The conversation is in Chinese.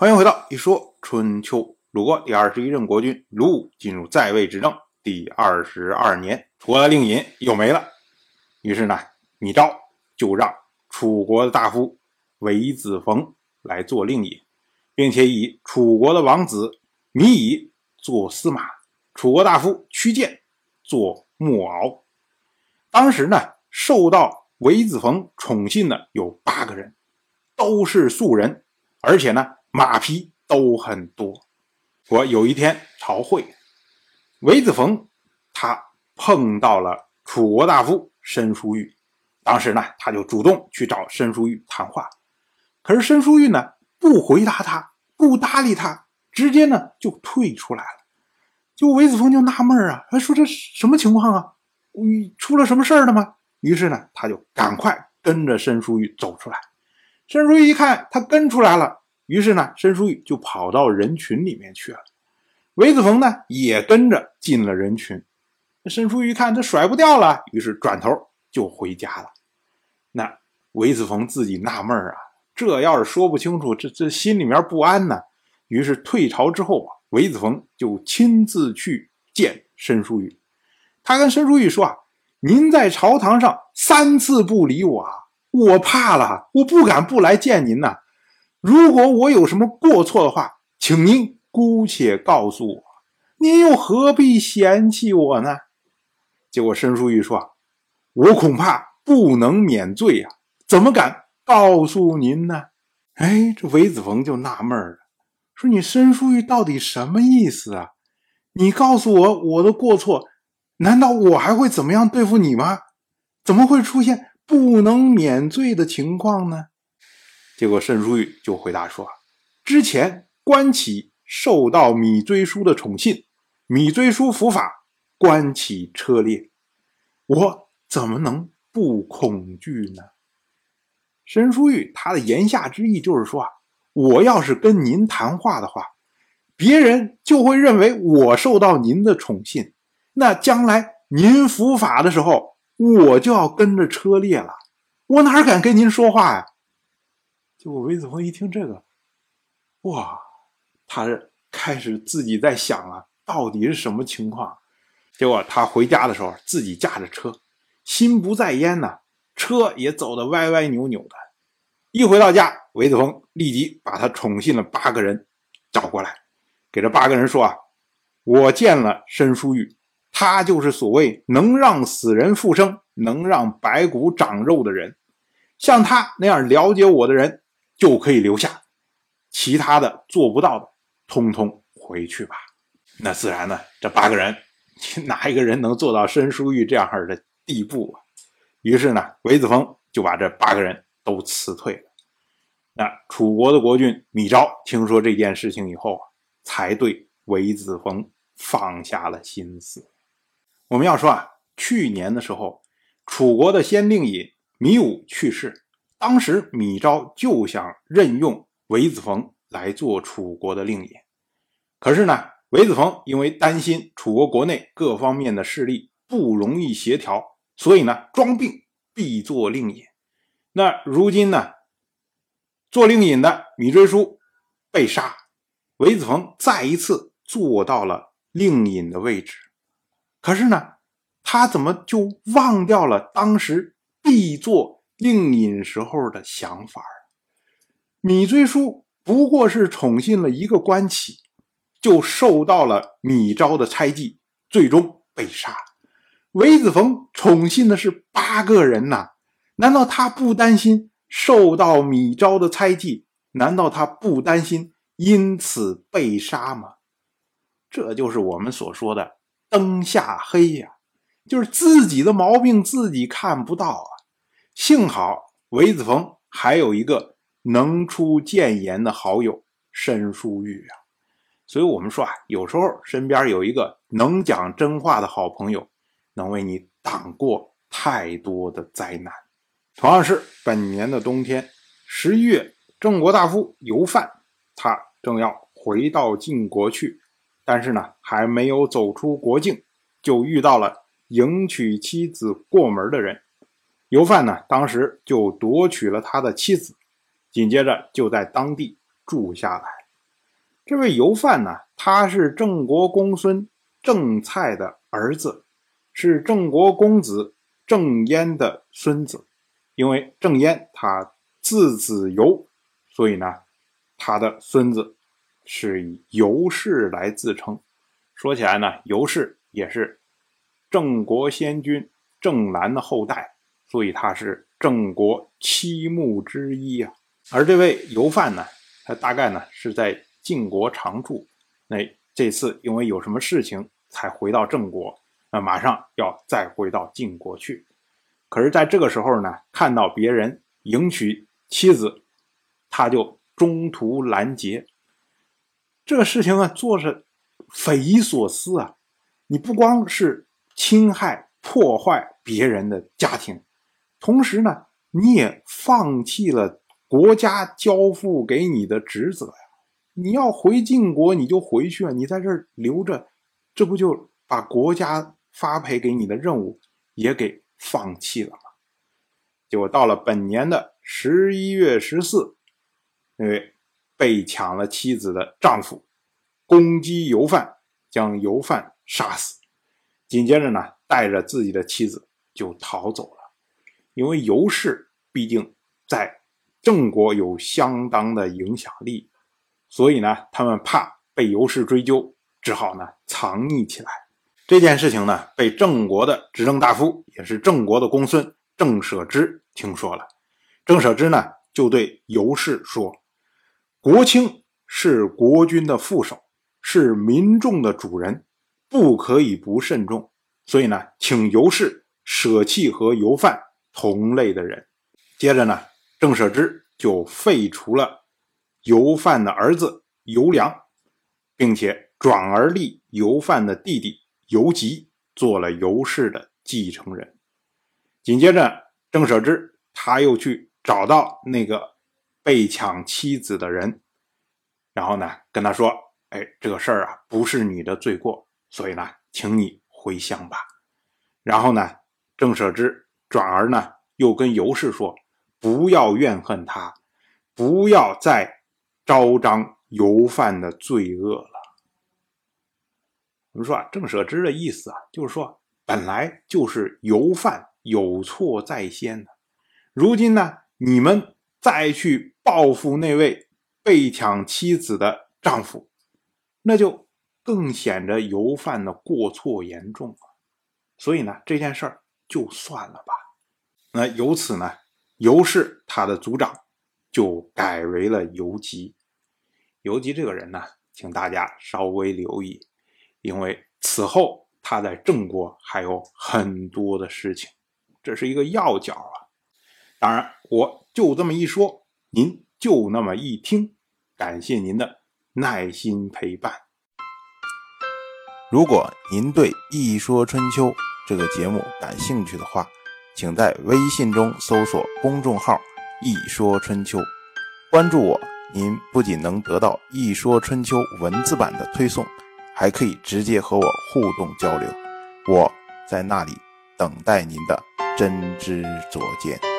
欢迎回到一说春秋。鲁国第21任国君鲁武进入在位执政第22年，楚国的令尹又没了。于是呢，糜昭就让楚国的大夫韦子冯来做令尹，并且以楚国的王子糜乙做司马，楚国大夫屈建做莫敖。当时呢，受到韦子冯宠信的有8个人，都是素人，而且呢马匹都很多。我有一天朝会，韦子冯他碰到了楚国大夫申叔玉，当时呢他就主动去找申叔玉谈话，可是申叔玉呢不回答他，不搭理他，直接呢就退出来了。就韦子冯就纳闷啊，说这什么情况啊？出了什么事儿了吗？于是呢他就赶快跟着申叔玉走出来。申叔玉一看他跟出来了，于是呢申叔玉就跑到人群里面去了。韦子冯呢也跟着进了人群。申叔玉看这甩不掉了，于是转头就回家了。那韦子冯自己纳闷啊，这要是说不清楚，这心里面不安呢。于是退朝之后啊，韦子冯就亲自去见申叔玉。他跟申叔玉说啊，您在朝堂上3次不理我啊，我怕了，我不敢不来见您呐。如果我有什么过错的话，请您姑且告诉我，您又何必嫌弃我呢？结果申叔玉说啊，我恐怕不能免罪啊，怎么敢告诉您呢？这韦子冯就纳闷了，说你申叔玉到底什么意思啊？你告诉我的过错，难道我还会怎么样对付你吗？怎么会出现不能免罪的情况呢？结果申叔玉就回答说，之前关起受到芈追叔的宠信，芈追叔伏法，关起车裂，我怎么能不恐惧呢？申叔玉他的言下之意就是说我要是跟您谈话的话，别人就会认为我受到您的宠信，那将来您伏法的时候，我就要跟着车裂了，我哪敢跟您说话呀？结果韦子冯一听这个，哇，他开始自己在想到底是什么情况。结果他回家的时候自己驾着车，心不在焉呢，车也走得歪歪扭扭的。一回到家，韦子冯立即把他宠信了8个人找过来，给这8个人说我见了申叔玉，他就是所谓能让死人复生，能让白骨长肉的人，像他那样了解我的人就可以留下，其他的做不到的通通回去吧。那自然呢，这8个人哪一个人能做到申叔玉这样的地步啊？于是呢，韦子冯就把这8个人都辞退了。那楚国的国君糜昭听说这件事情以后才对韦子冯放下了心思。我们要说去年的时候，楚国的先令尹糜武去世，当时糜昭就想任用韦子冯来做楚国的令尹。可是呢，韦子冯因为担心楚国国内各方面的势力不容易协调，所以呢装病必做令尹。那如今呢，做令尹的芈追叔被杀，韦子冯再一次坐到了令尹的位置。可是呢，他怎么就忘掉了当时必做令尹时候的想法？芈追叔不过是宠信了一个关起，就受到了糜昭的猜忌，最终被杀。韦子冯宠信的是8个人难道他不担心受到糜昭的猜忌？难道他不担心因此被杀吗？这就是我们所说的灯下黑呀，就是自己的毛病自己看不到幸好韦子冯还有一个能出谏言的好友申叔玉所以我们说有时候身边有一个能讲真话的好朋友，能为你挡过太多的灾难。同样是本年的冬天，11月，郑国大夫尤范，他正要回到晋国去，但是呢还没有走出国境，就遇到了迎娶妻子过门的人。尤范呢当时就夺取了他的妻子，紧接着就在当地住下来。 这位尤范呢，他是郑国公孙郑蔡的儿子，是郑国公子郑淹的孙子。因为郑淹他字子游，所以呢他的孙子是以尤氏来自称。说起来呢，尤氏也是郑国先君郑兰的后代，所以他是郑国七目之一啊。而这位尤范呢，他大概呢是在晋国常驻，那这次因为有什么事情才回到郑国，那马上要再回到晋国去。可是在这个时候呢，看到别人迎娶妻子，他就中途拦截。这个事情啊，做着匪夷所思啊！你不光是侵害破坏别人的家庭，同时呢你也放弃了国家交付给你的职责呀。你要回晋国你就回去啊，你在这儿留着，这不就把国家发配给你的任务也给放弃了吗？结果到了本年的11月14，那位被抢了妻子的丈夫攻击尤范，将尤范杀死，紧接着呢带着自己的妻子就逃走了。因为尤氏毕竟在郑国有相当的影响力，所以呢他们怕被尤氏追究，只好呢藏匿起来。这件事情呢被郑国的执政大夫，也是郑国的公孙郑舍之听说了。郑舍之呢就对尤氏说，国卿是国君的副手，是民众的主人，不可以不慎重，所以呢请尤氏舍弃和尤范同类的人。接着呢郑舍之就废除了尤范的儿子尤良，并且转而立尤范的弟弟尤吉做了尤氏的继承人。紧接着郑舍之他又去找到那个被抢妻子的人，然后呢跟他说，这个事儿啊不是你的罪过，所以呢请你回乡吧。然后呢郑舍之转而呢又跟尤氏说，不要怨恨他，不要再昭彰尤范的罪恶了。我们说啊，郑舍之的意思啊，就是说本来就是尤范有错在先的，如今呢你们再去报复那位被抢妻子的丈夫，那就更显着尤范的过错严重了。所以呢这件事儿就算了吧。那由此呢尤氏他的族长就改为了尤吉。尤吉这个人呢请大家稍微留意，因为此后他在郑国还有很多的事情，这是一个要角啊。当然我就这么一说，您就那么一听，感谢您的耐心陪伴。 如果您对《一说春秋》这个节目感兴趣的话，请在微信中搜索公众号“一说春秋”，关注我，您不仅能得到《一说春秋》文字版的推送，还可以直接和我互动交流，我在那里等待您的真知灼见。